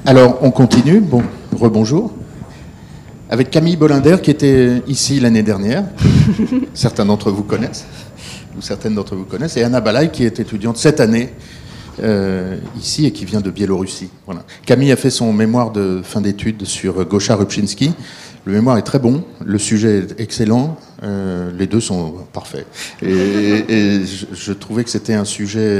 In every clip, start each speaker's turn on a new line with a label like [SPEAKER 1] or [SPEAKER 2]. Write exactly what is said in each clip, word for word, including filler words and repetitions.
[SPEAKER 1] Alors, on continue. Bon, rebonjour. Avec Camille Bolinder, qui était ici l'année dernière. Certains d'entre vous connaissent, ou certaines d'entre vous connaissent. Et Anna Balay, qui est étudiante cette année euh, ici et qui vient de Biélorussie. Voilà. Camille a fait son mémoire de fin d'études sur Goscha Rubczynski. Le mémoire est très bon, le sujet est excellent, euh, les deux sont parfaits. Et, et je, je trouvais que c'était un sujet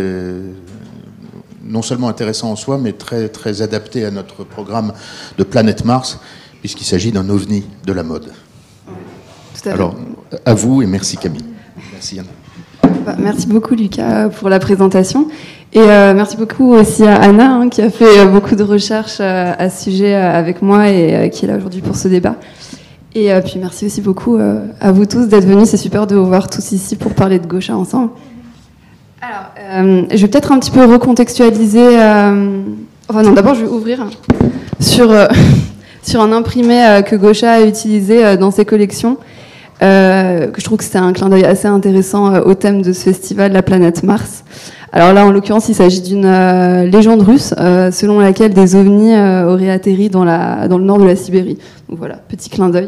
[SPEAKER 1] non seulement intéressant en soi, mais très, très adapté à notre programme de Planète Mars, puisqu'il s'agit d'un ovni de la mode.
[SPEAKER 2] Tout à
[SPEAKER 1] Alors, à vous et merci Camille. Merci Anna.
[SPEAKER 2] Bah, merci beaucoup Lucas pour la présentation. Et euh, merci beaucoup aussi à Anna hein, qui a fait euh, beaucoup de recherches euh, à ce sujet euh, avec moi et euh, qui est là aujourd'hui pour ce débat. Et euh, puis merci aussi beaucoup euh, à vous tous d'être venus. C'est super de vous voir tous ici pour parler de Goscha ensemble. Alors, euh, je vais peut-être un petit peu recontextualiser. Euh... Enfin non, d'abord je vais ouvrir sur, euh, sur un imprimé euh, que Goscha a utilisé euh, dans ses collections. Euh, que je trouve que c'est un clin d'œil assez intéressant euh, au thème de ce festival, la planète Mars. Alors là, en l'occurrence, il s'agit d'une euh, légende russe euh, selon laquelle des ovnis euh, auraient atterri dans, la, dans le nord de la Sibérie. Donc voilà, petit clin d'œil.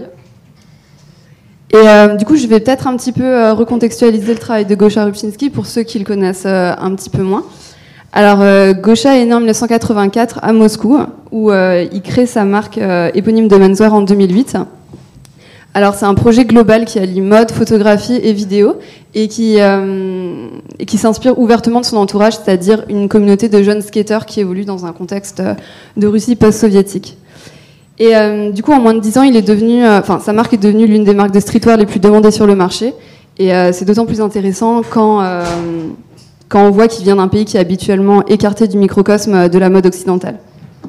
[SPEAKER 2] Et euh, du coup, je vais peut-être un petit peu euh, recontextualiser le travail de Goscha Rubczynski pour ceux qui le connaissent euh, un petit peu moins. Alors, euh, Goscha est né en mille neuf cent quatre-vingt-quatre à Moscou, où euh, il crée sa marque euh, éponyme de menswear en deux mille huit. Alors, c'est un projet global qui allie mode, photographie et vidéo, et qui, euh, et qui s'inspire ouvertement de son entourage, c'est-à-dire une communauté de jeunes skateurs qui évoluent dans un contexte de Russie post-soviétique. Et euh, du coup, en moins de dix ans, il est devenu, enfin, euh, sa marque est devenue l'une des marques de streetwear les plus demandées sur le marché. Et euh, c'est d'autant plus intéressant quand, euh, quand on voit qu'il vient d'un pays qui est habituellement écarté du microcosme de la mode occidentale.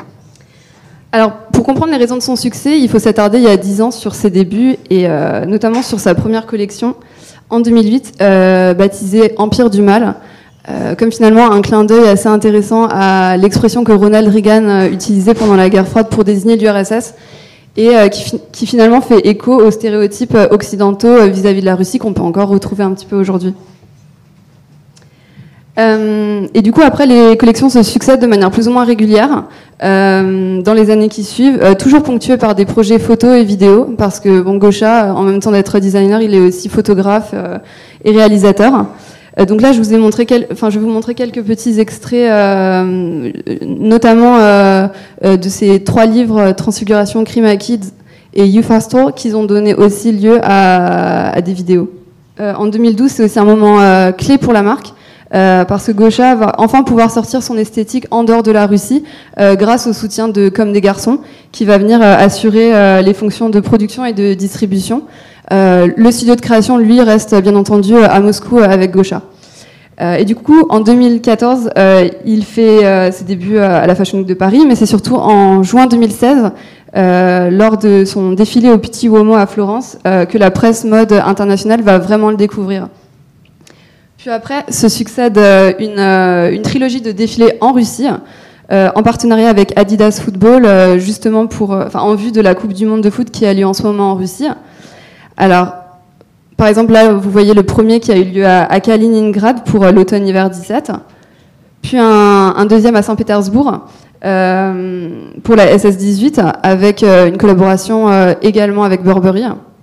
[SPEAKER 2] Alors, pour comprendre les raisons de son succès, il faut s'attarder il y a dix ans sur ses débuts, et euh, notamment sur sa première collection, en deux mille huit, euh, baptisée Empire du Mal, euh, comme finalement un clin d'œil assez intéressant à l'expression que Ronald Reagan euh, utilisait pendant la guerre froide pour désigner l'U R S S, et euh, qui, fi- qui finalement fait écho aux stéréotypes occidentaux euh, vis-à-vis de la Russie qu'on peut encore retrouver un petit peu aujourd'hui. Euh, et du coup, après, les collections se succèdent de manière plus ou moins régulière euh, dans les années qui suivent, euh, toujours ponctuées par des projets photos et vidéos, parce que bon, Goscha, en même temps d'être designer, il est aussi photographe euh, et réalisateur. Euh, donc là, je vous ai montré, quel... enfin, je vais vous montrer quelques petits extraits, euh, notamment euh, euh, de ces trois livres, Transfiguration, Crime Kids et Youth Hustle, qui ont donné aussi lieu à, à des vidéos. Euh, en deux mille douze, c'est aussi un moment euh, clé pour la marque. Euh, parce que Goscha va enfin pouvoir sortir son esthétique en dehors de la Russie euh, grâce au soutien de Comme des Garçons qui va venir euh, assurer euh, les fonctions de production et de distribution. Euh, le studio de création, lui, reste bien entendu à Moscou euh, avec Goscha. Euh, et du coup, en deux mille quatorze, euh, il fait euh, ses débuts à la Fashion Week de Paris, mais c'est surtout en juin deux mille seize, euh, lors de son défilé au Pitti Uomo à Florence, euh, que la presse mode internationale va vraiment le découvrir. Puis après, se succède une, une trilogie de défilés en Russie, euh, en partenariat avec Adidas Football, euh, justement pour, euh, enfin, en vue de la Coupe du Monde de foot qui a lieu en ce moment en Russie. Alors, par exemple, là, vous voyez le premier qui a eu lieu à, à Kaliningrad pour euh, l'automne-hiver dix-sept, puis un, un deuxième à Saint-Pétersbourg euh, pour la S S dix-huit, avec euh, une collaboration euh, également avec Burberry.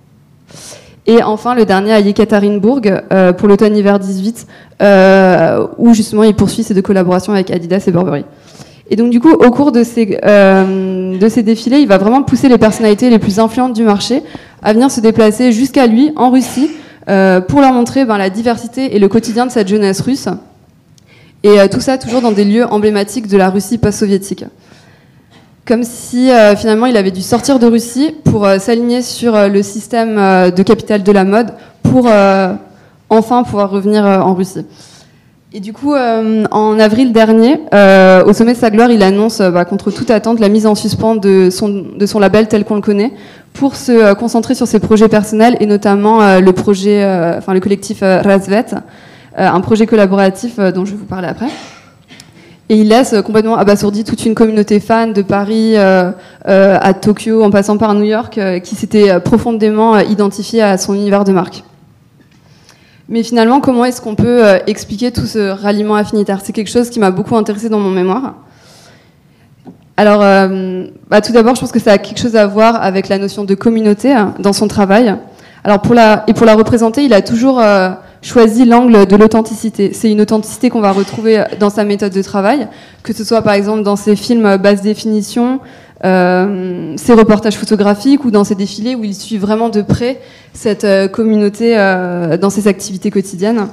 [SPEAKER 2] Et enfin, le dernier à Yekaterinbourg euh, pour l'automne-hiver dix-huit, euh, où justement il poursuit ses deux collaborations avec Adidas et Burberry. Et donc du coup, au cours de ces, euh, de ces défilés, il va vraiment pousser les personnalités les plus influentes du marché à venir se déplacer jusqu'à lui, en Russie, euh, pour leur montrer ben, la diversité et le quotidien de cette jeunesse russe. Et euh, tout ça toujours dans des lieux emblématiques de la Russie post-soviétique. Comme si euh, finalement il avait dû sortir de Russie pour euh, s'aligner sur euh, le système euh, de capital de la mode pour euh, enfin pouvoir revenir euh, en Russie. Et du coup, euh, en avril dernier, euh, au sommet de sa gloire, il annonce euh, bah, contre toute attente la mise en suspens de son, de son label tel qu'on le connaît pour se euh, concentrer sur ses projets personnels et notamment euh, le projet, euh, enfin le collectif euh, Razvet, euh, un projet collaboratif euh, dont je vais vous parler après. Et il laisse complètement abasourdi toute une communauté fan de Paris euh, euh, à Tokyo, en passant par New York, euh, qui s'était profondément euh, identifié à son univers de marque. Mais finalement, comment est-ce qu'on peut euh, expliquer tout ce ralliement affinitaire ? C'est quelque chose qui m'a beaucoup intéressée dans mon mémoire. Alors, euh, bah, tout d'abord, je pense que ça a quelque chose à voir avec la notion de communauté hein, dans son travail. Alors, pour la, et pour la représenter, il a toujours euh, choisi l'angle de l'authenticité. C'est une authenticité qu'on va retrouver dans sa méthode de travail, que ce soit par exemple dans ses films basse définition, euh, ses reportages photographiques ou dans ses défilés où il suit vraiment de près cette euh, communauté euh, dans ses activités quotidiennes.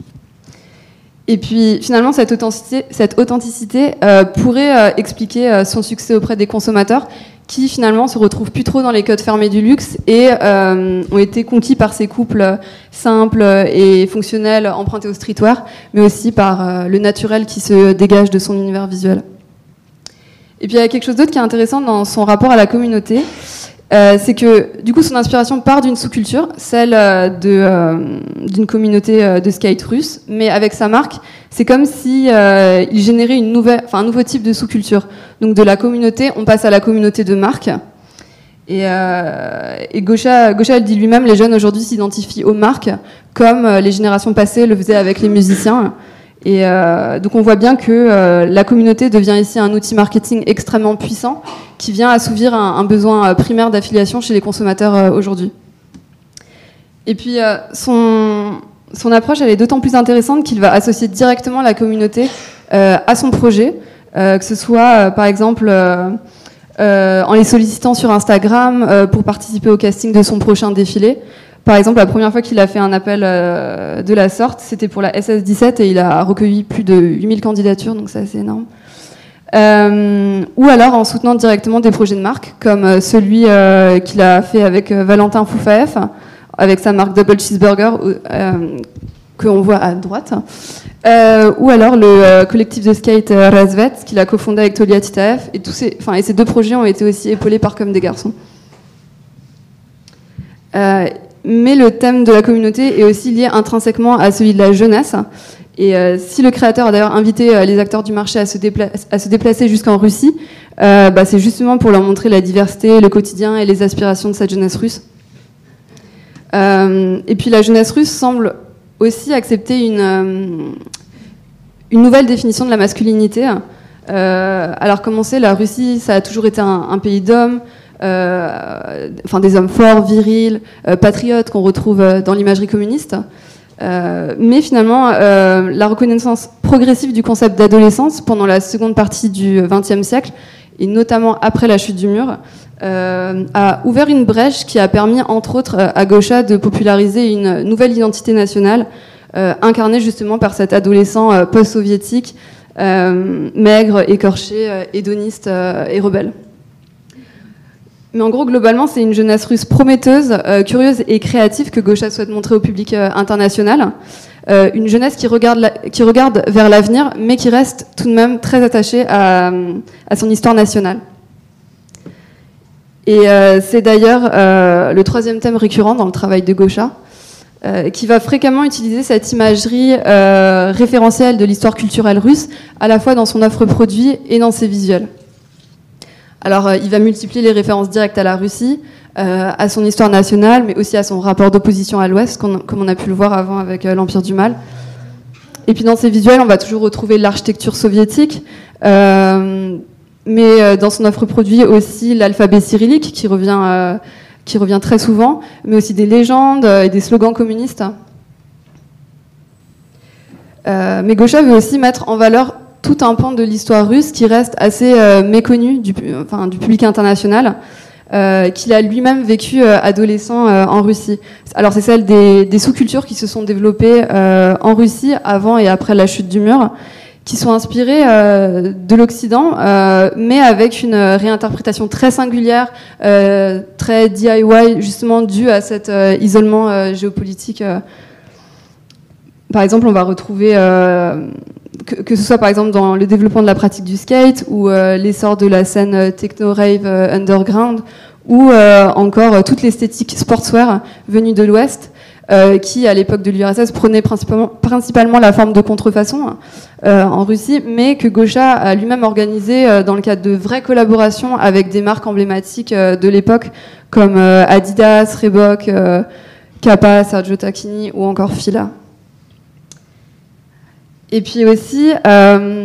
[SPEAKER 2] Et puis finalement, cette authenticité, cette authenticité euh, pourrait euh, expliquer euh, son succès auprès des consommateurs qui finalement se retrouvent plus trop dans les codes fermés du luxe et euh, ont été conquis par ces couples simples et fonctionnels empruntés au streetwear, mais aussi par euh, le naturel qui se dégage de son univers visuel. Et puis il y a quelque chose d'autre qui est intéressant dans son rapport à la communauté. Euh, c'est que du coup son inspiration part d'une sous-culture, celle euh, de, euh, d'une communauté euh, de skate russe, mais avec sa marque, c'est comme si euh, il générait une nouvelle, enfin un nouveau type de sous-culture. Donc de la communauté, on passe à la communauté de marque. Et, euh, et Gosha, Gosha le dit lui-même, les jeunes aujourd'hui s'identifient aux marques comme euh, les générations passées le faisaient avec les musiciens. Et euh, donc on voit bien que euh, la communauté devient ici un outil marketing extrêmement puissant qui vient assouvir un, un besoin primaire d'affiliation chez les consommateurs euh, aujourd'hui. Et puis euh, son, son approche elle est d'autant plus intéressante qu'il va associer directement la communauté euh, à son projet, euh, que ce soit euh, par exemple euh, euh, en les sollicitant sur Instagram euh, pour participer au casting de son prochain défilé. Par exemple, la première fois qu'il a fait un appel euh, de la sorte, c'était pour la S S dix-sept et il a recueilli plus de huit mille candidatures, donc c'est assez énorme. Euh, ou alors en soutenant directement des projets de marque, comme celui euh, qu'il a fait avec euh, Valentin Foufaef, avec sa marque Double Cheeseburger, euh, qu'on voit à droite. Euh, ou alors le euh, collectif de skate euh, Razvet, qu'il a cofondé avec Tolia Titaev, et, tous ces, enfin, et ces deux projets ont été aussi épaulés par Comme des garçons. Euh, Mais le thème de la communauté est aussi lié intrinsèquement à celui de la jeunesse. Et euh, si le créateur a d'ailleurs invité euh, les acteurs du marché à se, dépla- à se déplacer jusqu'en Russie, euh, bah, c'est justement pour leur montrer la diversité, le quotidien et les aspirations de cette jeunesse russe. Euh, et puis la jeunesse russe semble aussi accepter une, euh, une nouvelle définition de la masculinité. Euh, alors comment c'est, la Russie, ça a toujours été un, un pays d'hommes, Euh, enfin des hommes forts, virils, euh, patriotes qu'on retrouve euh, dans l'imagerie communiste. Euh, mais finalement, euh, la reconnaissance progressive du concept d'adolescence pendant la seconde partie du vingtième siècle, et notamment après la chute du mur, euh, a ouvert une brèche qui a permis, entre autres, à Gosha de populariser une nouvelle identité nationale, euh, incarnée justement par cet adolescent euh, post-soviétique, euh, maigre, écorché, euh, hédoniste euh, et rebelle. Mais en gros, globalement, c'est une jeunesse russe prometteuse, euh, curieuse et créative que Gosha souhaite montrer au public euh, international. Euh, une jeunesse qui regarde, la, qui regarde vers l'avenir, mais qui reste tout de même très attachée à, à son histoire nationale. Et euh, c'est d'ailleurs euh, le troisième thème récurrent dans le travail de Gosha, euh, qui va fréquemment utiliser cette imagerie euh, référentielle de l'histoire culturelle russe, à la fois dans son offre produit et dans ses visuels. Alors, euh, il va multiplier les références directes à la Russie, euh, à son histoire nationale, mais aussi à son rapport d'opposition à l'Ouest, comme on a pu le voir avant avec euh, l'Empire du Mal. Et puis dans ces visuels, on va toujours retrouver l'architecture soviétique, euh, mais euh, dans son offre produit aussi l'alphabet cyrillique, qui revient, euh, qui revient très souvent, mais aussi des légendes et des slogans communistes. Euh, mais Gosha veut aussi mettre en valeur tout un pan de l'histoire russe qui reste assez euh, méconnu du, enfin, du public international, euh, qu'il a lui-même vécu euh, adolescent euh, en Russie. Alors c'est celle des, des sous-cultures qui se sont développées euh, en Russie avant et après la chute du mur, qui sont inspirées euh, de l'Occident, euh, mais avec une réinterprétation très singulière, euh, très D I Y, justement due à cet euh, isolement euh, géopolitique. Euh. Par exemple, on va retrouver... Euh, Que, que ce soit par exemple dans le développement de la pratique du skate ou euh, l'essor de la scène euh, techno-rave euh, underground ou euh, encore euh, toute l'esthétique sportswear venue de l'Ouest euh, qui, à l'époque de l'U R S S, prenait principalement, principalement la forme de contrefaçon euh, en Russie, mais que Gosha a lui-même organisé euh, dans le cadre de vraies collaborations avec des marques emblématiques euh, de l'époque comme euh, Adidas, Reebok, euh, Kappa, Sergio Tacchini ou encore Fila. Et puis aussi, euh,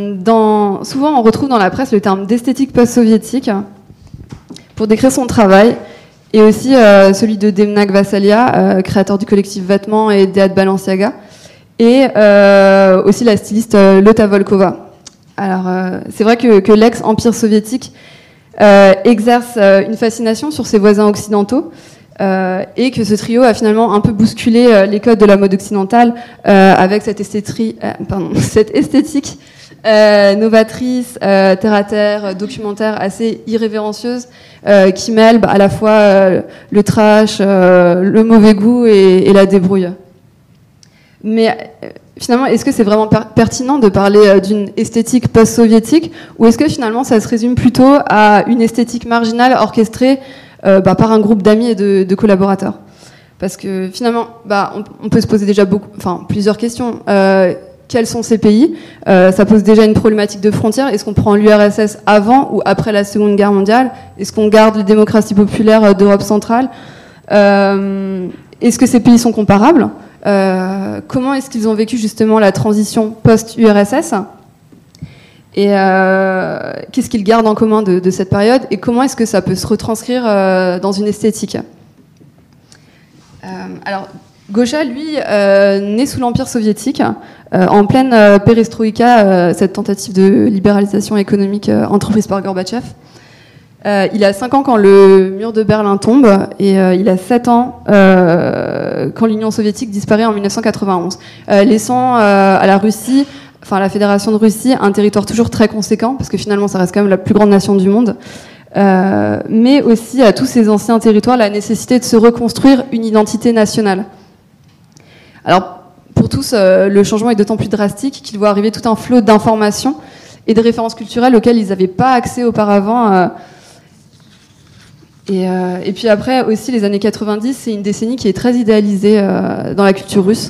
[SPEAKER 2] dans, souvent, on retrouve dans la presse le terme d'esthétique post-soviétique pour décrire son travail, et aussi euh, celui de Demna Gvasalia, euh, créateur du collectif Vêtements et Dead Balenciaga, et euh, aussi la styliste euh, Lotta Volkova. Alors, euh, c'est vrai que, que l'ex-empire soviétique euh, exerce euh, une fascination sur ses voisins occidentaux, euh, et que ce trio a finalement un peu bousculé euh, les codes de la mode occidentale euh, avec cette, esthétrie, euh, pardon, cette esthétique euh, novatrice, euh, terre-à-terre, documentaire, assez irrévérencieuse, euh, qui mêle bah, à la fois euh, le trash, euh, le mauvais goût et, et la débrouille. Mais euh, finalement, est-ce que c'est vraiment per- pertinent de parler euh, d'une esthétique post-soviétique, ou est-ce que finalement ça se résume plutôt à une esthétique marginale orchestrée euh, bah, par un groupe d'amis et de, de collaborateurs? Parce que finalement, bah, on, on peut se poser déjà beaucoup, enfin, plusieurs questions. Euh, quels sont ces pays? euh, Ça pose déjà une problématique de frontières. Est-ce qu'on prend l'U R S S avant ou après la Seconde Guerre mondiale? Est-ce qu'on garde les démocraties populaires d'Europe centrale? euh, Est-ce que ces pays sont comparables? Euh, comment est-ce qu'ils ont vécu justement la transition post-U R S S, et euh, qu'est-ce qu'ils gardent en commun de, de cette période, et comment est-ce que ça peut se retranscrire euh, dans une esthétique? euh, Alors, Gosha, lui, euh, naît sous l'Empire soviétique, euh, en pleine euh, perestroïka, euh, cette tentative de libéralisation économique euh, entreprise par Gorbatchev. Euh, il a cinq ans quand le mur de Berlin tombe, et euh, il a sept ans euh, quand l'Union soviétique disparaît en mille neuf cent quatre-vingt-onze, euh, laissant euh, à la Russie, enfin à la Fédération de Russie, un territoire toujours très conséquent, parce que finalement ça reste quand même la plus grande nation du monde, euh, mais aussi à tous ces anciens territoires la nécessité de se reconstruire une identité nationale. Alors pour tous, euh, le changement est d'autant plus drastique qu'il voit arriver tout un flot d'informations et de références culturelles auxquelles ils n'avaient pas accès auparavant. Euh, Et, euh, et puis après aussi les années quatre-vingt-dix, c'est une décennie qui est très idéalisée euh, dans la culture russe,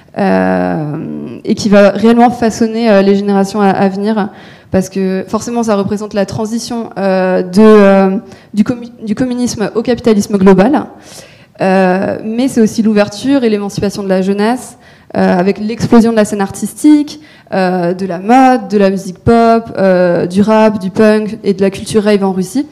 [SPEAKER 2] euh, et qui va réellement façonner euh, les générations à, à venir, parce que forcément ça représente la transition euh, de, euh, du, commu- du communisme au capitalisme global, euh, mais c'est aussi l'ouverture et l'émancipation de la jeunesse, euh, avec l'explosion de la scène artistique, euh, de la mode, de la musique pop, euh, du rap, du punk et de la culture rave en Russie.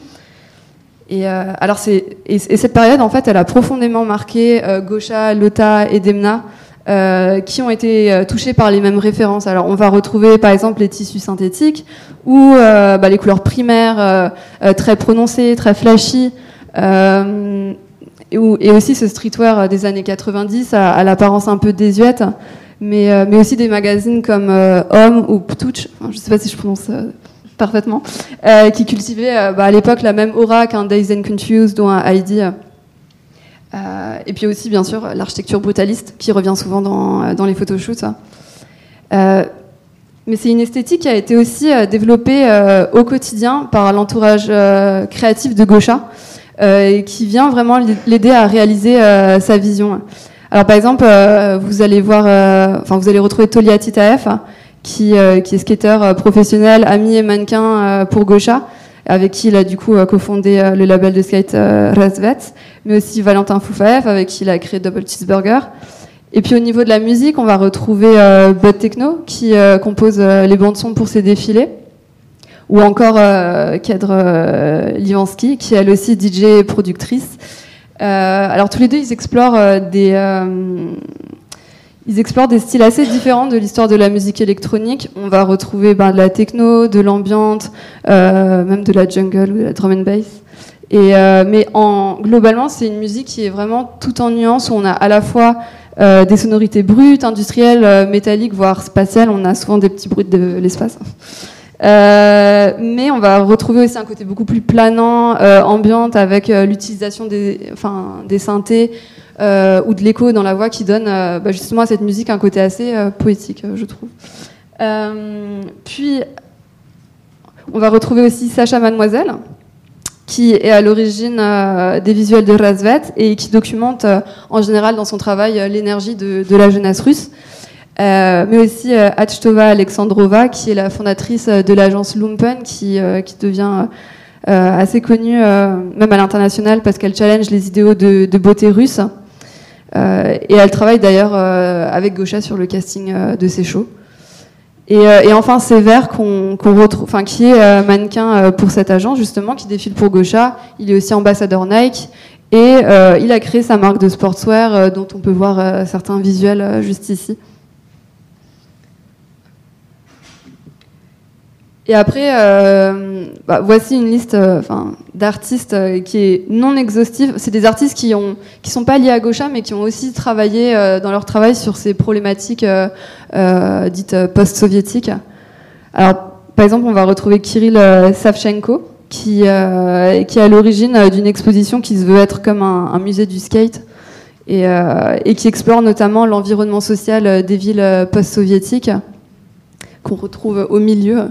[SPEAKER 2] Et, euh, alors c'est, et, et cette période, en fait, elle a profondément marqué euh, Gosha, Lotta et Demna, euh, qui ont été euh, touchés par les mêmes références. Alors on va retrouver par exemple les tissus synthétiques, ou euh, bah, les couleurs primaires euh, euh, très prononcées, très flashy, euh, et, ou, et aussi ce streetwear des années quatre-vingt-dix à, à l'apparence un peu désuète, mais, euh, mais aussi des magazines comme euh, Homme ou Ptuch, enfin, je ne sais pas si je prononce... Euh, parfaitement, euh, qui cultivait euh, bah, à l'époque la même aura qu'un Dazed and Confused ou un Heidi. Euh, et puis aussi, bien sûr, l'architecture brutaliste qui revient souvent dans, dans les photoshoots. Euh, mais c'est une esthétique qui a été aussi euh, développée euh, au quotidien par l'entourage euh, créatif de Gosha, euh, et qui vient vraiment l'aider à réaliser euh, sa vision. Alors par exemple, euh, vous allez voir, euh, enfin vous allez retrouver Tolia Titaev, Qui, euh, qui est skateur euh, professionnel, ami et mannequin euh, pour Gosha, avec qui il a du coup euh, cofondé euh, le label de skate euh, Razvet, mais aussi Valentin Foufaev, avec qui il a créé Double Cheeseburger. Et puis au niveau de la musique, on va retrouver euh, Bud Techno, qui euh, compose euh, les bandes-sons pour ses défilés, ou encore euh, Kedre euh, Livansky, qui est elle aussi D J et productrice. Euh, alors tous les deux, ils explorent euh, des... Euh, Ils explorent des styles assez différents de l'histoire de la musique électronique. On va retrouver ben, de la techno, de l'ambiante, euh, même de la jungle ou de la drum and bass. Et, euh, mais en, globalement, c'est une musique qui est vraiment tout en nuances, où on a à la fois euh, des sonorités brutes, industrielles, euh, métalliques, voire spatiales. On a souvent des petits bruits de l'espace. Euh, mais on va retrouver aussi un côté beaucoup plus planant, euh, ambiante, avec euh, l'utilisation des, enfin, des synthés, Euh, ou de l'écho dans la voix, qui donne euh, bah, justement à cette musique un côté assez euh, poétique, euh, je trouve. Euh, puis, on va retrouver aussi Sacha Mademoiselle, qui est à l'origine euh, des visuels de Razvet et qui documente euh, en général dans son travail euh, l'énergie de, de la jeunesse russe. Euh, mais aussi euh, Achetova Alexandrova, qui est la fondatrice de l'agence Lumpen, qui, euh, qui devient euh, assez connue, euh, même à l'international, parce qu'elle challenge les idéaux de, de beauté russe. Euh, et elle travaille d'ailleurs euh, avec Gosha sur le casting euh, de ses shows. Et, euh, et enfin, Sévère, qu'on, qu'on retrouve, enfin, qui est euh, mannequin euh, pour cet agent, justement, qui défile pour Gaucha. Il est aussi ambassadeur Nike. Et euh, il a créé sa marque de sportswear, euh, dont on peut voir euh, certains visuels euh, juste ici. Et après, euh, bah, voici une liste euh, d'artistes euh, qui est non exhaustive. C'est des artistes qui ont, qui sont pas liés à Gaucha, mais qui ont aussi travaillé euh, dans leur travail sur ces problématiques euh, euh, dites euh, post-soviétiques. Alors, par exemple, on va retrouver Kirill euh, Savchenko, qui, euh, qui est à l'origine euh, d'une exposition qui se veut être comme un, un musée du skate, et, euh, et qui explore notamment l'environnement social euh, des villes euh, post-soviétiques, qu'on retrouve au milieu.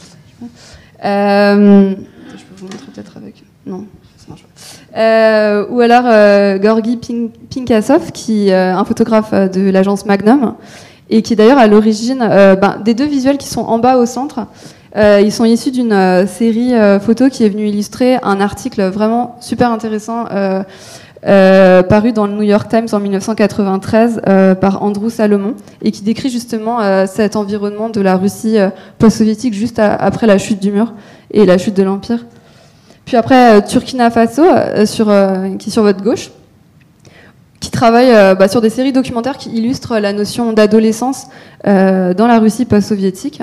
[SPEAKER 2] Euh, je peux vous montrer peut-être avec... Non, ça marche pas. Euh, ou alors euh, Georgi Pink- Pinkasov, qui est euh, un photographe de l'agence Magnum, et qui est d'ailleurs à l'origine euh, ben, des deux visuels qui sont en bas au centre. Euh, ils sont issus d'une euh, série euh, photo qui est venue illustrer un article vraiment super intéressant euh, euh, paru dans le New York Times en dix-neuf cent quatre-vingt-treize euh, par Andrew Salomon, et qui décrit justement euh, cet environnement de la Russie euh, post-soviétique juste à, après la chute du mur et la chute de l'Empire. Puis après, euh, Turkina Faso, euh, sur, euh, qui est sur votre gauche, qui travaille euh, bah, sur des séries documentaires qui illustrent la notion d'adolescence euh, dans la Russie post-soviétique.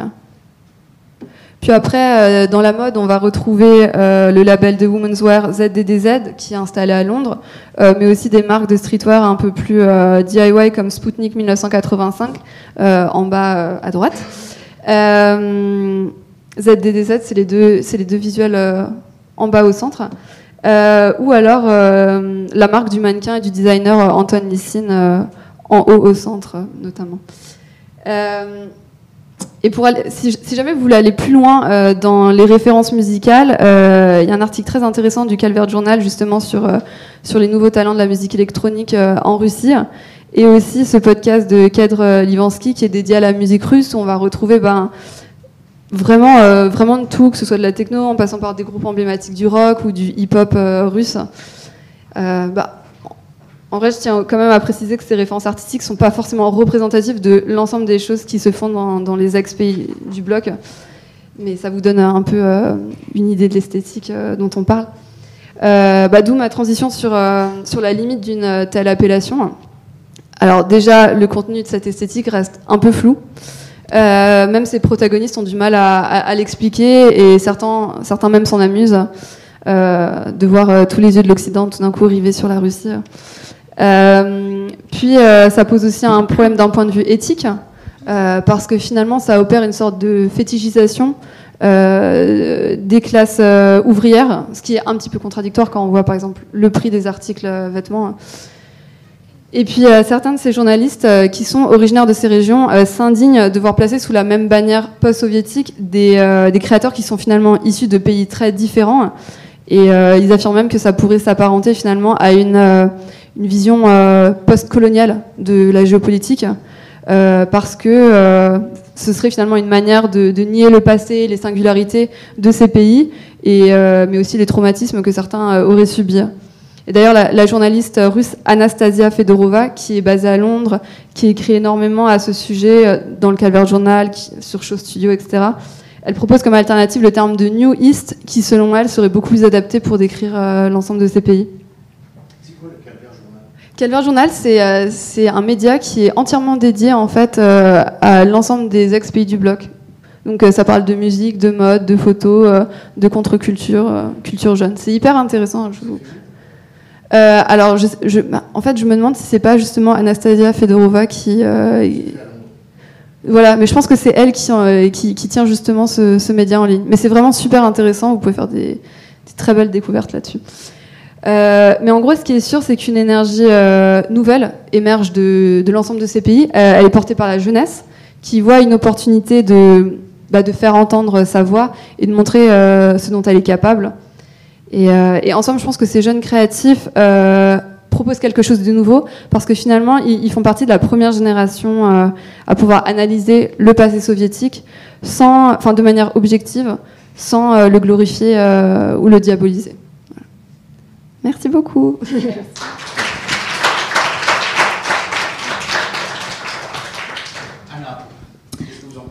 [SPEAKER 2] Puis après, euh, dans la mode, on va retrouver euh, le label de Women's Wear Z D D Z, qui est installé à Londres, euh, mais aussi des marques de streetwear un peu plus euh, D I Y comme Sputnik dix-neuf cent quatre-vingt-cinq, euh, en bas euh, à droite. Euh, Z D D Z, c'est les deux, c'est les deux visuels euh, en bas au centre. Euh, ou alors euh, la marque du mannequin et du designer euh, Anton Lissine euh, en haut au centre, notamment. Euh, Et pour aller, si, si jamais vous voulez aller plus loin euh, dans les références musicales, euh, il y a un article très intéressant du Calvert Journal justement sur, euh, sur les nouveaux talents de la musique électronique euh, en Russie, et aussi ce podcast de Kedr Livansky qui est dédié à la musique russe, où on va retrouver ben, vraiment, euh, vraiment de tout, que ce soit de la techno en passant par des groupes emblématiques du rock ou du hip-hop euh, russe. Euh, bah, En vrai, je tiens quand même à préciser que ces références artistiques ne sont pas forcément représentatives de l'ensemble des choses qui se font dans, dans les ex-pays du bloc, mais ça vous donne un peu euh, une idée de l'esthétique euh, dont on parle. Euh, bah, d'où ma transition sur, euh, sur la limite d'une telle appellation. Alors déjà, le contenu de cette esthétique reste un peu flou. Euh, même ses protagonistes ont du mal à, à, à l'expliquer, et certains, certains même s'en amusent euh, de voir euh, tous les yeux de l'Occident tout d'un coup rivés sur la Russie. Euh, puis euh, ça pose aussi un problème d'un point de vue éthique, euh, parce que finalement ça opère une sorte de fétichisation euh, des classes euh, ouvrières, ce qui est un petit peu contradictoire quand on voit par exemple le prix des articles euh, vêtements. Et puis euh, certains de ces journalistes euh, qui sont originaires de ces régions euh, s'indignent de voir placer sous la même bannière post-soviétique des, euh, des créateurs qui sont finalement issus de pays très différents, et euh, ils affirment même que ça pourrait s'apparenter finalement à une euh, une vision euh, post-coloniale de la géopolitique, euh, parce que euh, ce serait finalement une manière de, de nier le passé, les singularités de ces pays, et, euh, mais aussi les traumatismes que certains euh, auraient subis. Et d'ailleurs, la, la journaliste russe Anastasia Fedorova, qui est basée à Londres, qui écrit énormément à ce sujet euh, dans le Calvert Journal, qui, sur Show Studio, et cetera, elle propose comme alternative le terme de New East, qui selon elle serait beaucoup plus adapté pour décrire euh, l'ensemble de ces pays. Calvert Journal, c'est euh, c'est un média qui est entièrement dédié en fait euh, à l'ensemble des ex-pays du bloc. Donc euh, ça parle de musique, de mode, de photos, euh, de contre-culture, euh, culture jeune. C'est hyper intéressant. Je vous... euh, alors, je, je, bah, en fait, je me demande si c'est pas justement Anastasia Fedorova qui, euh, voilà, mais je pense que c'est elle qui, euh, qui, qui tient justement ce, ce média en ligne. Mais c'est vraiment super intéressant. Vous pouvez faire des, des très belles découvertes là-dessus. Euh, mais en gros, ce qui est sûr, c'est qu'une énergie euh, nouvelle émerge de, de l'ensemble de ces pays. Euh, elle est portée par la jeunesse, qui voit une opportunité de, bah, de faire entendre sa voix et de montrer euh, ce dont elle est capable. Et, euh, et ensemble, je pense que ces jeunes créatifs euh, proposent quelque chose de nouveau, parce que finalement, ils, ils font partie de la première génération euh, à pouvoir analyser le passé soviétique sans, enfin, de manière objective, sans euh, le glorifier euh, ou le diaboliser. Merci beaucoup.
[SPEAKER 3] Anna, qu'est-ce que vous en pensez ?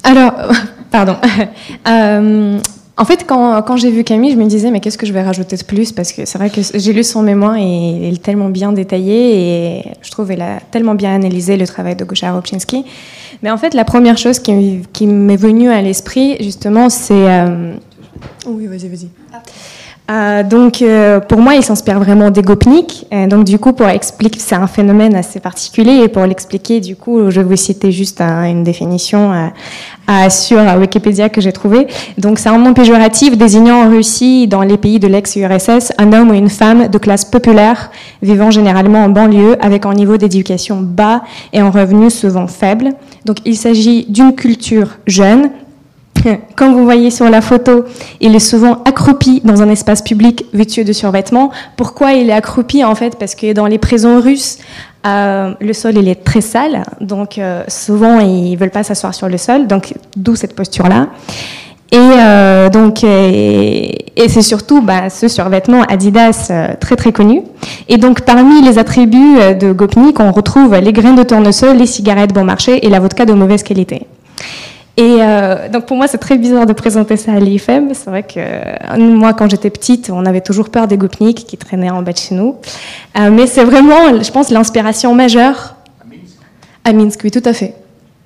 [SPEAKER 3] Alors, pardon. euh, En fait, quand, quand j'ai vu Camille, je me disais, mais qu'est-ce que je vais rajouter de plus? Parce que c'est vrai que j'ai lu son mémoire et il est tellement bien détaillé et je trouve qu'elle a tellement bien analysé le travail de Goscha Rubczynski. Mais en fait, la première chose qui, qui m'est venue à l'esprit, justement, c'est... Euh... Oui, vas-y, vas-y. Euh, donc, euh, pour moi, il s'inspire vraiment des gopniks. Et donc, du coup, pour expliquer, c'est un phénomène assez particulier. Et pour l'expliquer, du coup, je vais vous citer juste un, une définition euh, euh, sur Wikipédia que j'ai trouvée. Donc, c'est un nom péjoratif désignant en Russie, dans les pays de l'ex-U R S S, un homme ou une femme de classe populaire vivant généralement en banlieue avec un niveau d'éducation bas et un revenu souvent faible. Donc, il s'agit d'une culture jeune. Comme vous voyez sur la photo, il est souvent accroupi dans un espace public vêtu de survêtements. Pourquoi il est accroupi en fait? Parce que dans les prisons russes, euh, le sol il est très sale, donc euh, souvent ils veulent pas s'asseoir sur le sol, donc d'où cette posture-là. Et euh, donc et, et c'est surtout bah, ce survêtement Adidas euh, très très connu. Et donc parmi les attributs de Gopnik, on retrouve les graines de tournesol, les cigarettes bon marché et la vodka de mauvaise qualité. Et euh, donc pour moi, c'est très bizarre de présenter ça à l'I F M. C'est vrai que euh, moi, quand j'étais petite, on avait toujours peur des gopniks qui traînaient en bas de chez nous. Euh, mais c'est vraiment, je pense, l'inspiration majeure. À Minsk. À Minsk, oui, tout à fait.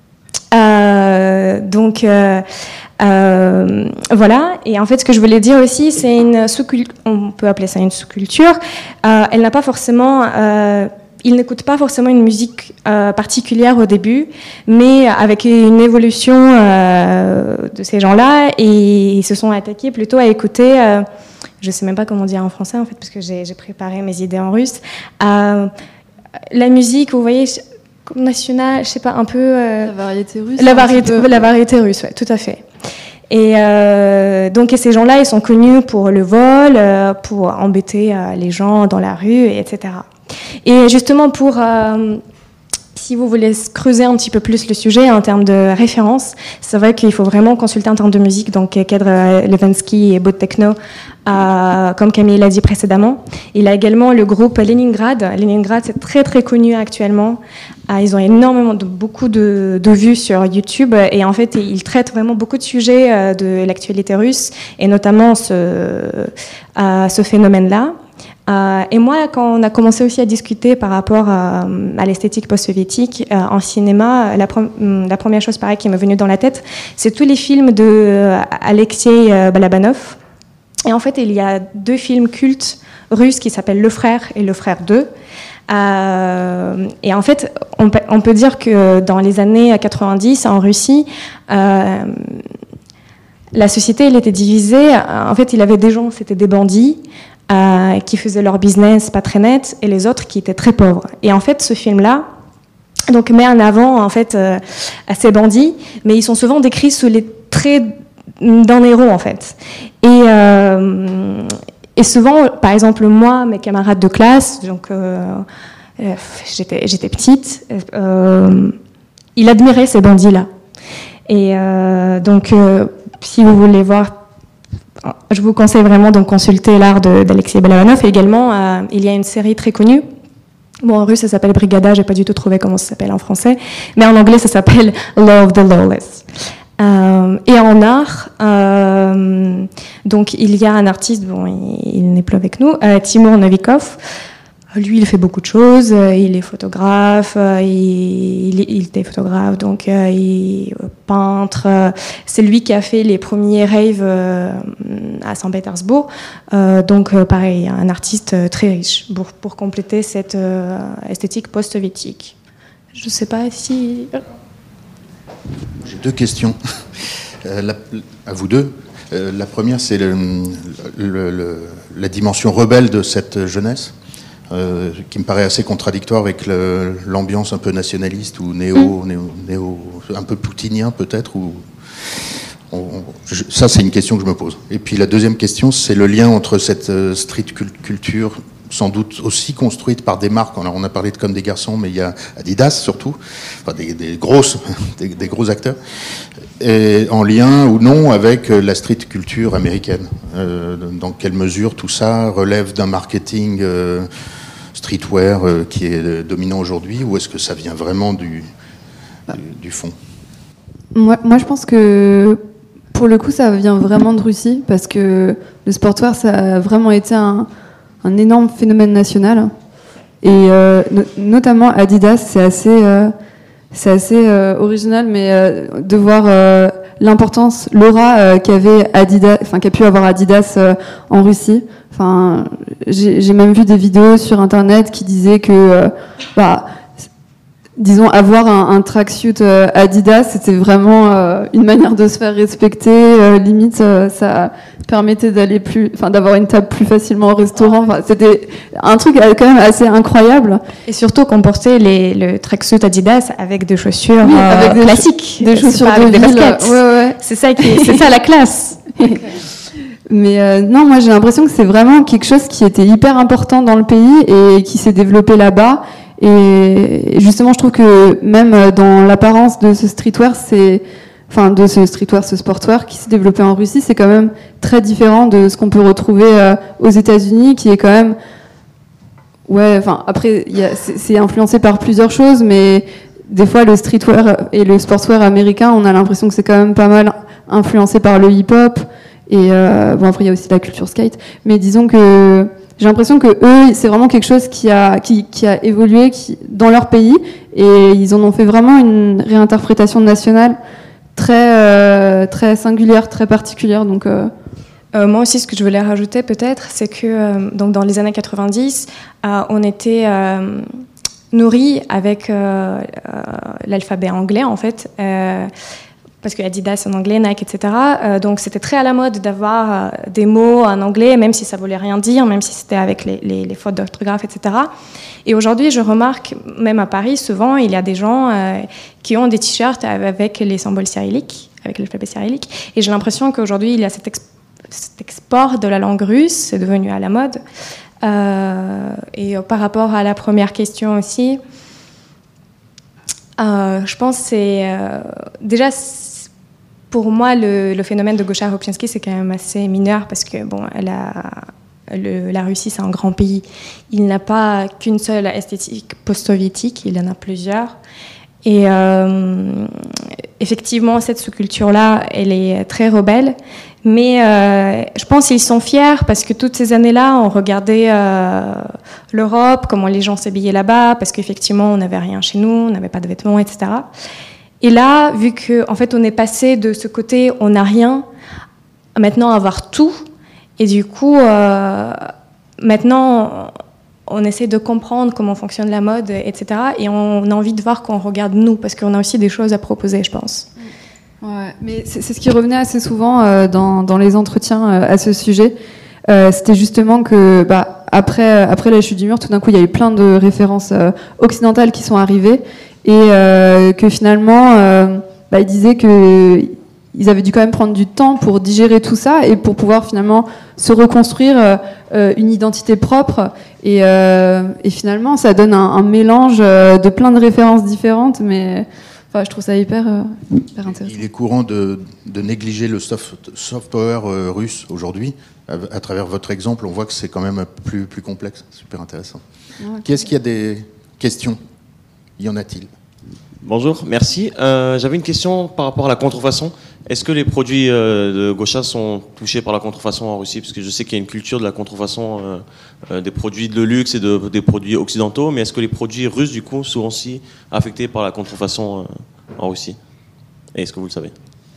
[SPEAKER 3] Euh, donc euh, euh, voilà. Et en fait, ce que je voulais dire aussi, c'est une sous-culture. On peut appeler ça une sous-culture. Euh, elle n'a pas forcément. Euh, Ils n'écoutent pas forcément une musique euh, particulière au début, mais avec une évolution euh, de ces gens-là, et ils se sont attaqués plutôt à écouter, euh, je ne sais même pas comment dire en français en fait, parce que j'ai, j'ai préparé mes idées en russe, euh, la musique, vous voyez, nationale, je sais pas, un peu... Euh,
[SPEAKER 2] la variété russe.
[SPEAKER 3] La variété, la variété russe, ouais, tout à fait. Et euh, donc et ces gens-là, ils sont connus pour le vol, euh, pour embêter euh, les gens dans la rue, et cetera. Et justement, pour, euh, si vous voulez creuser un petit peu plus le sujet en termes de référence, c'est vrai qu'il faut vraiment consulter en termes de musique, donc Kedr Levensky et Bot Techno, euh, comme Camille l'a dit précédemment. Il a également le groupe Leningrad. Leningrad, c'est très très connu actuellement. Euh, ils ont énormément, de, beaucoup de, de vues sur YouTube et en fait, ils traitent vraiment beaucoup de sujets euh, de l'actualité russe et notamment ce, euh, ce phénomène-là. Euh, et moi, quand on a commencé aussi à discuter par rapport à, à l'esthétique post-soviétique euh, en cinéma, la, pre- la première chose pareil qui m'est venue dans la tête, c'est tous les films de euh, Alexei euh, Balabanov. Et en fait, il y a deux films cultes russes qui s'appellent Le Frère et Le Frère deux. Euh, et en fait, on peut, on peut dire que dans les années quatre-vingt-dix, en Russie, euh, la société elle était divisée. En fait, il y avait des gens, c'était des bandits, Euh, qui faisaient leur business pas très net, et les autres qui étaient très pauvres. Et en fait, ce film-là donc, met en avant en fait, euh, ces bandits, mais ils sont souvent décrits sous les traits d'un héros, en fait. Et, euh, et souvent, par exemple, moi, mes camarades de classe, donc, euh, euh, j'étais, j'étais petite, euh, ils admiraient ces bandits-là. Et euh, donc, euh, si vous voulez voir, je vous conseille vraiment de consulter l'art de, d'Alexei Balabanov. Et également, euh, il y a une série très connue. Bon, en russe, ça s'appelle Brigada. J'ai pas du tout trouvé comment ça s'appelle en français. Mais en anglais, ça s'appelle Law of the Lawless. Euh, et en art, euh, donc, il y a un artiste, bon, il, il n'est plus avec nous, euh, Timur Novikov. Lui, il fait beaucoup de choses. Il est photographe, il, il, il était photographe, donc euh, il est peintre. C'est lui qui a fait les premiers raves euh, à Saint-Pétersbourg. Euh, donc, euh, pareil, un artiste très riche pour, pour compléter cette euh, esthétique post-soviétique. Je ne sais pas si...
[SPEAKER 1] J'ai deux questions euh, la, à vous deux. Euh, la première, c'est le, le, le, la dimension rebelle de cette jeunesse. Euh, qui me paraît assez contradictoire avec le, l'ambiance un peu nationaliste ou néo, mmh. néo, néo un peu poutinien peut-être. Ou, on, on, je, ça, c'est une question que je me pose. Et puis la deuxième question, c'est le lien entre cette euh, street culture, sans doute aussi construite par des marques. Alors, on a parlé de Comme des garçons, mais il y a Adidas surtout, enfin des, des grosses, des, des gros acteurs, et en lien ou non avec la street culture américaine. Euh, dans quelle mesure tout ça relève d'un marketing euh, streetwear euh, qui est dominant aujourd'hui, ou est-ce que ça vient vraiment du, du, du fond ?
[SPEAKER 2] Moi, moi, je pense que pour le coup, ça vient vraiment de Russie, parce que le sportswear, ça a vraiment été un, un énorme phénomène national. Et euh, no- notamment Adidas, c'est assez, euh, c'est assez euh, original, mais euh, de voir euh, l'importance, l'aura euh, qu'avait Adidas, enfin qu'a pu avoir Adidas euh, en Russie. Enfin, j'ai, j'ai même vu des vidéos sur Internet qui disaient que, euh, bah, disons, avoir un, un tracksuit euh, Adidas, c'était vraiment euh, une manière de se faire respecter. Euh, limite, euh, ça permettait d'aller plus, enfin, d'avoir une table plus facilement au restaurant. Enfin, c'était un truc euh, quand même assez incroyable.
[SPEAKER 3] Et surtout qu'on portait les, le tracksuit Adidas avec des chaussures
[SPEAKER 2] Oui,
[SPEAKER 3] euh,
[SPEAKER 2] avec des
[SPEAKER 3] classiques,
[SPEAKER 2] Des
[SPEAKER 3] C'est
[SPEAKER 2] chaussures
[SPEAKER 3] pas
[SPEAKER 2] de
[SPEAKER 3] avec des
[SPEAKER 2] ville.
[SPEAKER 3] baskets.
[SPEAKER 2] Ouais, ouais.
[SPEAKER 3] C'est ça qui, est- c'est ça la classe.
[SPEAKER 2] Mais euh, non, moi j'ai l'impression que c'est vraiment quelque chose qui était hyper important dans le pays et qui s'est développé là-bas. Et justement, je trouve que même dans l'apparence de ce streetwear, c'est, enfin, de ce streetwear, ce sportwear qui s'est développé en Russie, c'est quand même très différent de ce qu'on peut retrouver euh, aux États-Unis, qui est quand même, ouais, enfin, après, il y a, c'est, c'est influencé par plusieurs choses, mais des fois, le streetwear et le sportswear américain, on a l'impression que c'est quand même pas mal influencé par le hip-hop. Et euh, bon, après, il y a aussi la culture skate. Mais disons que j'ai l'impression que eux, c'est vraiment quelque chose qui a, qui, qui a évolué qui, dans leur pays, et ils en ont fait vraiment une réinterprétation nationale très, euh, très singulière, très particulière. Donc, euh...
[SPEAKER 3] Euh, moi aussi, ce que je voulais rajouter peut-être, c'est que euh, donc dans les années quatre-vingt-dix, euh, on était euh, nourris avec euh, euh, l'alphabet anglais en fait. Euh, parce que Adidas en anglais, Nike, et cetera. Euh, donc c'était très à la mode d'avoir euh, des mots en anglais, même si ça voulait rien dire, même si c'était avec les, les, les fautes d'orthographe, et cetera. Et aujourd'hui, je remarque, même à Paris, souvent, il y a des gens euh, qui ont des t-shirts avec les symboles cyrilliques, avec l'alphabet cyrillique. Et j'ai l'impression qu'aujourd'hui, il y a cet, ex- cet export de la langue russe, c'est devenu à la mode. Euh, et euh, par rapport à la première question aussi, euh, je pense que c'est... Euh, déjà... Pour moi, le, le phénomène de Gosha Rubchinskiy, c'est quand même assez mineur parce que bon, la, le, la Russie, c'est un grand pays. Il n'a pas qu'une seule esthétique post-soviétique, il en a plusieurs. Et euh, effectivement, cette sous-culture-là, elle est très rebelle. Mais euh, je pense qu'ils sont fiers parce que toutes ces années-là, on regardait euh, l'Europe, comment les gens s'habillaient là-bas, parce qu'effectivement, on n'avait rien chez nous, on n'avait pas de vêtements, et cetera. Et là, vu qu'en fait, on est passé de ce côté on n'a rien, à maintenant avoir tout, et du coup, euh, maintenant, on essaie de comprendre comment fonctionne la mode, et cetera. Et on a envie de voir qu'on regarde nous, parce qu'on a aussi des choses à proposer, je pense.
[SPEAKER 2] Ouais, mais c'est, c'est ce qui revenait assez souvent euh, dans, dans les entretiens euh, à ce sujet. Euh, c'était justement que, bah, après, après la chute du mur, tout d'un coup, il y a eu plein de références euh, occidentales qui sont arrivées. Et euh, que finalement, euh, bah, ils disaient que ils avaient dû quand même prendre du temps pour digérer tout ça et pour pouvoir finalement se reconstruire euh, une identité propre. Et, euh, et finalement, ça donne un, un mélange de plein de références différentes, mais enfin, je trouve ça hyper, euh, hyper intéressant.
[SPEAKER 1] Il est courant de, de négliger le soft, soft power euh, russe aujourd'hui. À, à travers votre exemple, on voit que c'est quand même plus, plus complexe. Super intéressant. Ouais, Qui est-ce qu'il y a des questions ? Y en a-t-il ?
[SPEAKER 4] Bonjour, merci. Euh, j'avais une question par rapport à la contrefaçon. Est-ce que les produits euh, de Gosha sont touchés par la contrefaçon en Russie ? Parce que je sais qu'il y a une culture de la contrefaçon euh, euh, des produits de luxe et de, des produits occidentaux, mais est-ce que les produits russes, du coup, sont aussi affectés par la contrefaçon euh, en Russie ? Et est-ce que vous le savez ?
[SPEAKER 2] euh,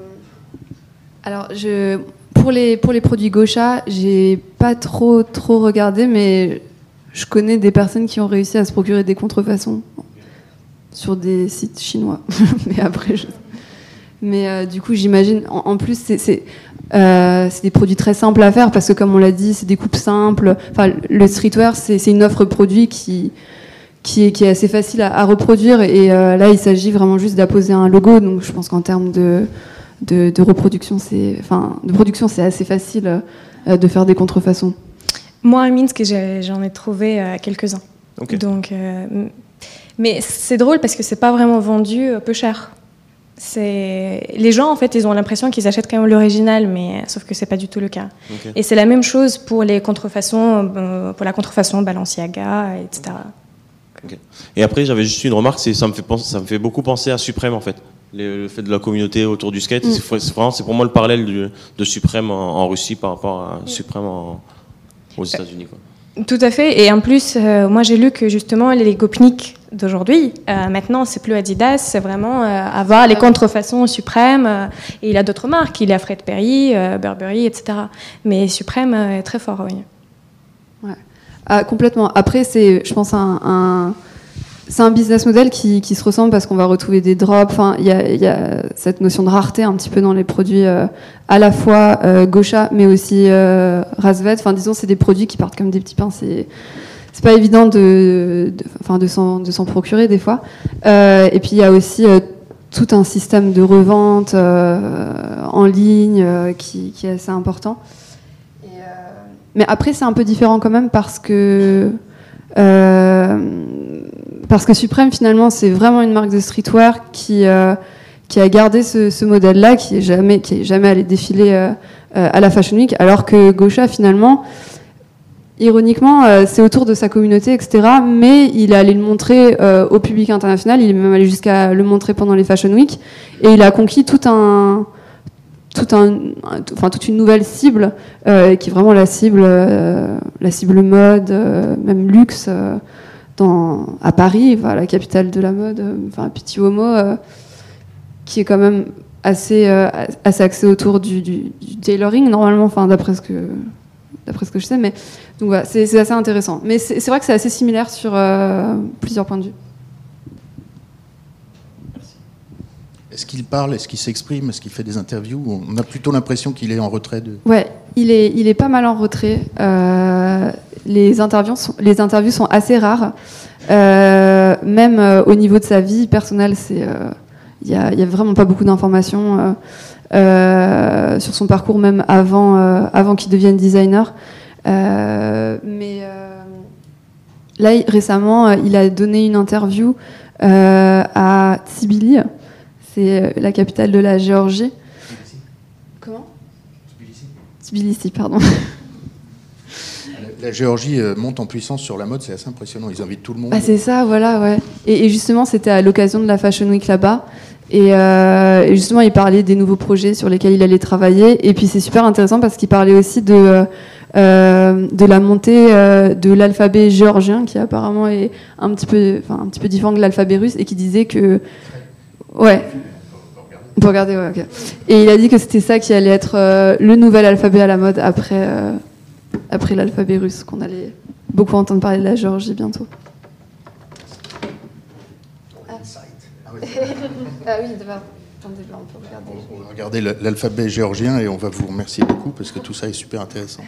[SPEAKER 2] Alors, je, pour, les, pour les produits Gosha, j'ai pas trop, trop regardé, mais je connais des personnes qui ont réussi à se procurer des contrefaçons sur des sites chinois. Mais après, je... mais euh, du coup, j'imagine. En, en plus, c'est, c'est, euh, c'est des produits très simples à faire parce que, comme on l'a dit, c'est des coupes simples. Enfin, le streetwear, c'est, c'est une offre produit qui qui est, qui est assez facile à, à reproduire. Et euh, là, il s'agit vraiment juste d'apposer un logo. Donc, je pense qu'en termes de de, de reproduction, c'est, enfin, de production, c'est assez facile euh, de faire des contrefaçons.
[SPEAKER 3] Moi, à Minsk, j'ai, j'en ai trouvé euh, quelques-uns.
[SPEAKER 4] Okay.
[SPEAKER 3] Donc, euh, mais c'est drôle parce que c'est pas vraiment vendu euh, peu cher. C'est... Les gens, en fait, ils ont l'impression qu'ils achètent quand même l'original, mais sauf que c'est pas du tout le cas. Okay. Et c'est la même chose pour les contrefaçons, euh, pour la contrefaçon Balenciaga, et cetera.
[SPEAKER 4] Okay. Et après, j'avais juste une remarque, c'est ça me fait penser, ça me fait beaucoup penser à Supreme en fait. les, le fait de la communauté autour du skate.
[SPEAKER 2] Mm.
[SPEAKER 4] C'est, c'est vraiment, c'est pour moi le parallèle du, de Supreme en, en Russie par rapport à Supreme en, aux États-Unis, quoi.
[SPEAKER 3] Tout à fait. Et en plus, euh, moi j'ai lu que justement les Gopnik d'aujourd'hui, euh, maintenant c'est plus Adidas, c'est vraiment euh, avoir les contrefaçons Supreme. Euh, et il a d'autres marques, il a Fred Perry, euh, Burberry, et cetera. Mais Supreme euh, est très fort, oui.
[SPEAKER 2] Ouais. Ah, complètement. Après, c'est, je pense, un, un, c'est un business model qui, qui se ressemble parce qu'on va retrouver des drops. Enfin, il y a, y a cette notion de rareté un petit peu dans les produits, euh, à la fois euh, Gosha, mais aussi euh, Razvet. Enfin, disons, c'est des produits qui partent comme des petits pains. C'est, c'est pas évident de, de, enfin, de s'en, de s'en procurer des fois. Euh, et puis, il y a aussi euh, tout un système de revente euh, en ligne euh, qui, qui est assez important. Mais après, c'est un peu différent quand même parce que euh, parce que Supreme finalement, c'est vraiment une marque de streetwear qui euh, qui a gardé ce, ce modèle-là, qui est jamais qui est jamais allé défiler euh, euh, à la Fashion Week, alors que Gosha finalement, ironiquement, euh, c'est autour de sa communauté, et cetera. Mais il est allé le montrer euh, au public international. Il est même allé jusqu'à le montrer pendant les Fashion Week, et il a conquis tout un Tout un, enfin, toute une nouvelle cible euh, qui est vraiment la cible, euh, la cible mode, euh, même luxe, euh, dans, à Paris, enfin, la capitale de la mode, euh, enfin, Petit Homo, euh, qui est quand même assez, euh, assez axé autour du, du, du tailoring, normalement, enfin, d'après ce que, d'après ce que je sais. Mais, donc voilà, c'est, c'est assez intéressant. Mais c'est, c'est vrai que c'est assez similaire sur euh, plusieurs points de vue.
[SPEAKER 1] Est-ce qu'il parle, est-ce qu'il s'exprime, est-ce qu'il fait des interviews? On a plutôt l'impression qu'il est en retrait de...
[SPEAKER 2] Ouais, il est, il est pas mal en retrait. Euh, les, interviews sont, les interviews sont assez rares. Euh, même euh, au niveau de sa vie personnelle, il euh, n'y a, y a vraiment pas beaucoup d'informations euh, euh, sur son parcours, même avant, euh, avant qu'il devienne designer. Euh, mais euh, là, récemment, il a donné une interview euh, à Tbilisi. C'est la capitale de la Géorgie.
[SPEAKER 1] Tbilisi.
[SPEAKER 2] Comment ?
[SPEAKER 1] Tbilisi.
[SPEAKER 2] Tbilisi, pardon.
[SPEAKER 1] La, la Géorgie euh, monte en puissance sur la mode, c'est assez impressionnant. Ils invitent tout le monde.
[SPEAKER 2] Ah, c'est ça, voilà, ouais. Et, et justement, c'était à l'occasion de la Fashion Week là-bas. Et, euh, et justement, il parlait des nouveaux projets sur lesquels il allait travailler. Et puis, c'est super intéressant parce qu'il parlait aussi de, euh, de la montée euh, de l'alphabet géorgien, qui apparemment est un petit peu, enfin, un petit peu différent de l'alphabet russe, et qui disait que... Ouais. On peut regarder, ouais, ok. Et il a dit que c'était ça qui allait être euh, le nouvel alphabet à la mode après, euh, après l'alphabet russe, qu'on allait beaucoup entendre parler de la Géorgie bientôt. Ah, ah oui, d'abord. Attendez, on peut regarder.
[SPEAKER 1] On va regarder l'alphabet géorgien et on va vous remercier beaucoup parce que tout ça est super intéressant.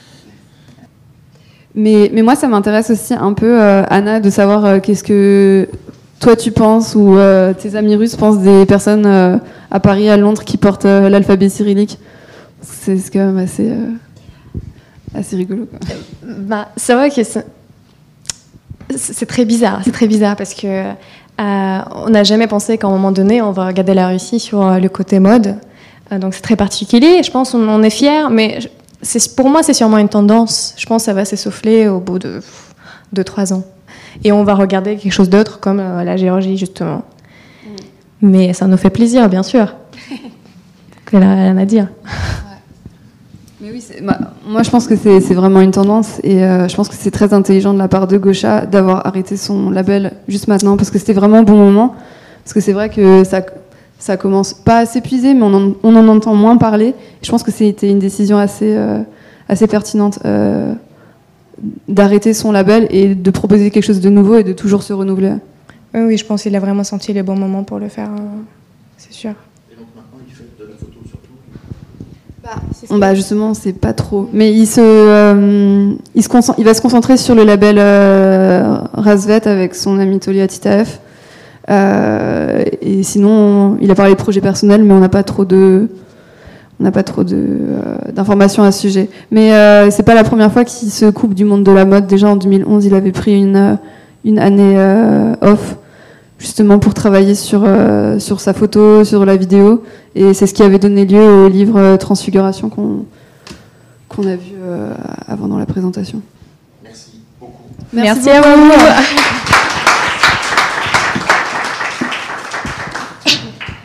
[SPEAKER 2] Mais, mais moi, ça m'intéresse aussi un peu, euh, Anna, de savoir euh, qu'est-ce que toi tu penses ou euh, tes amis russes pensent des personnes euh, à Paris, à Londres qui portent euh, l'alphabet cyrillique. C'est, c'est quand même assez, euh, assez rigolo, quoi.
[SPEAKER 3] Bah, c'est vrai que c'est, c'est très bizarre. C'est très bizarre parce que euh, on n'a jamais pensé qu'à un moment donné, on va regarder la Russie sur euh, le côté mode. Euh, donc c'est très particulier. Je pense qu'on en est fiers, mais c'est, pour moi, c'est sûrement une tendance. Je pense que ça va s'essouffler au bout de deux trois ans. Et on va regarder quelque chose d'autre, comme euh, la Géorgie, justement. Mm. Mais ça nous fait plaisir, bien sûr. Qu'elle a rien à dire.
[SPEAKER 2] Ouais. Mais oui, c'est, bah, moi, je pense que c'est, c'est vraiment une tendance. Et euh, je pense que c'est très intelligent de la part de Gosha d'avoir arrêté son label juste maintenant, parce que c'était vraiment un bon moment. Parce que c'est vrai que ça, ça commence pas à s'épuiser, mais on en, on en entend moins parler. Je pense que c'était une décision assez, euh, assez pertinente. Euh, d'arrêter son label et de proposer quelque chose de nouveau et de toujours se renouveler.
[SPEAKER 3] Oui, oui, je pense qu'il a vraiment senti les bons moments pour le faire, euh, c'est sûr.
[SPEAKER 1] Et donc maintenant, il fait de la photo surtout
[SPEAKER 2] bah, c'est bah justement, c'est pas trop. Mais il, se, euh, il, se concentre, il va se concentrer sur le label euh, Razvet avec son ami Tolia Titaev. Euh, et sinon, il a parlé de projets personnels, mais on n'a pas trop de... On n'a pas trop de, euh, d'informations à ce sujet. Mais euh, c'est pas la première fois qu'il se coupe du monde de la mode. Déjà en deux mille onze, il avait pris une, une année euh, off, justement pour travailler sur, euh, sur sa photo, sur la vidéo. Et c'est ce qui avait donné lieu au livre Transfiguration qu'on, qu'on a vu euh, avant dans la présentation.
[SPEAKER 1] Merci beaucoup.
[SPEAKER 3] Merci, Merci à vous.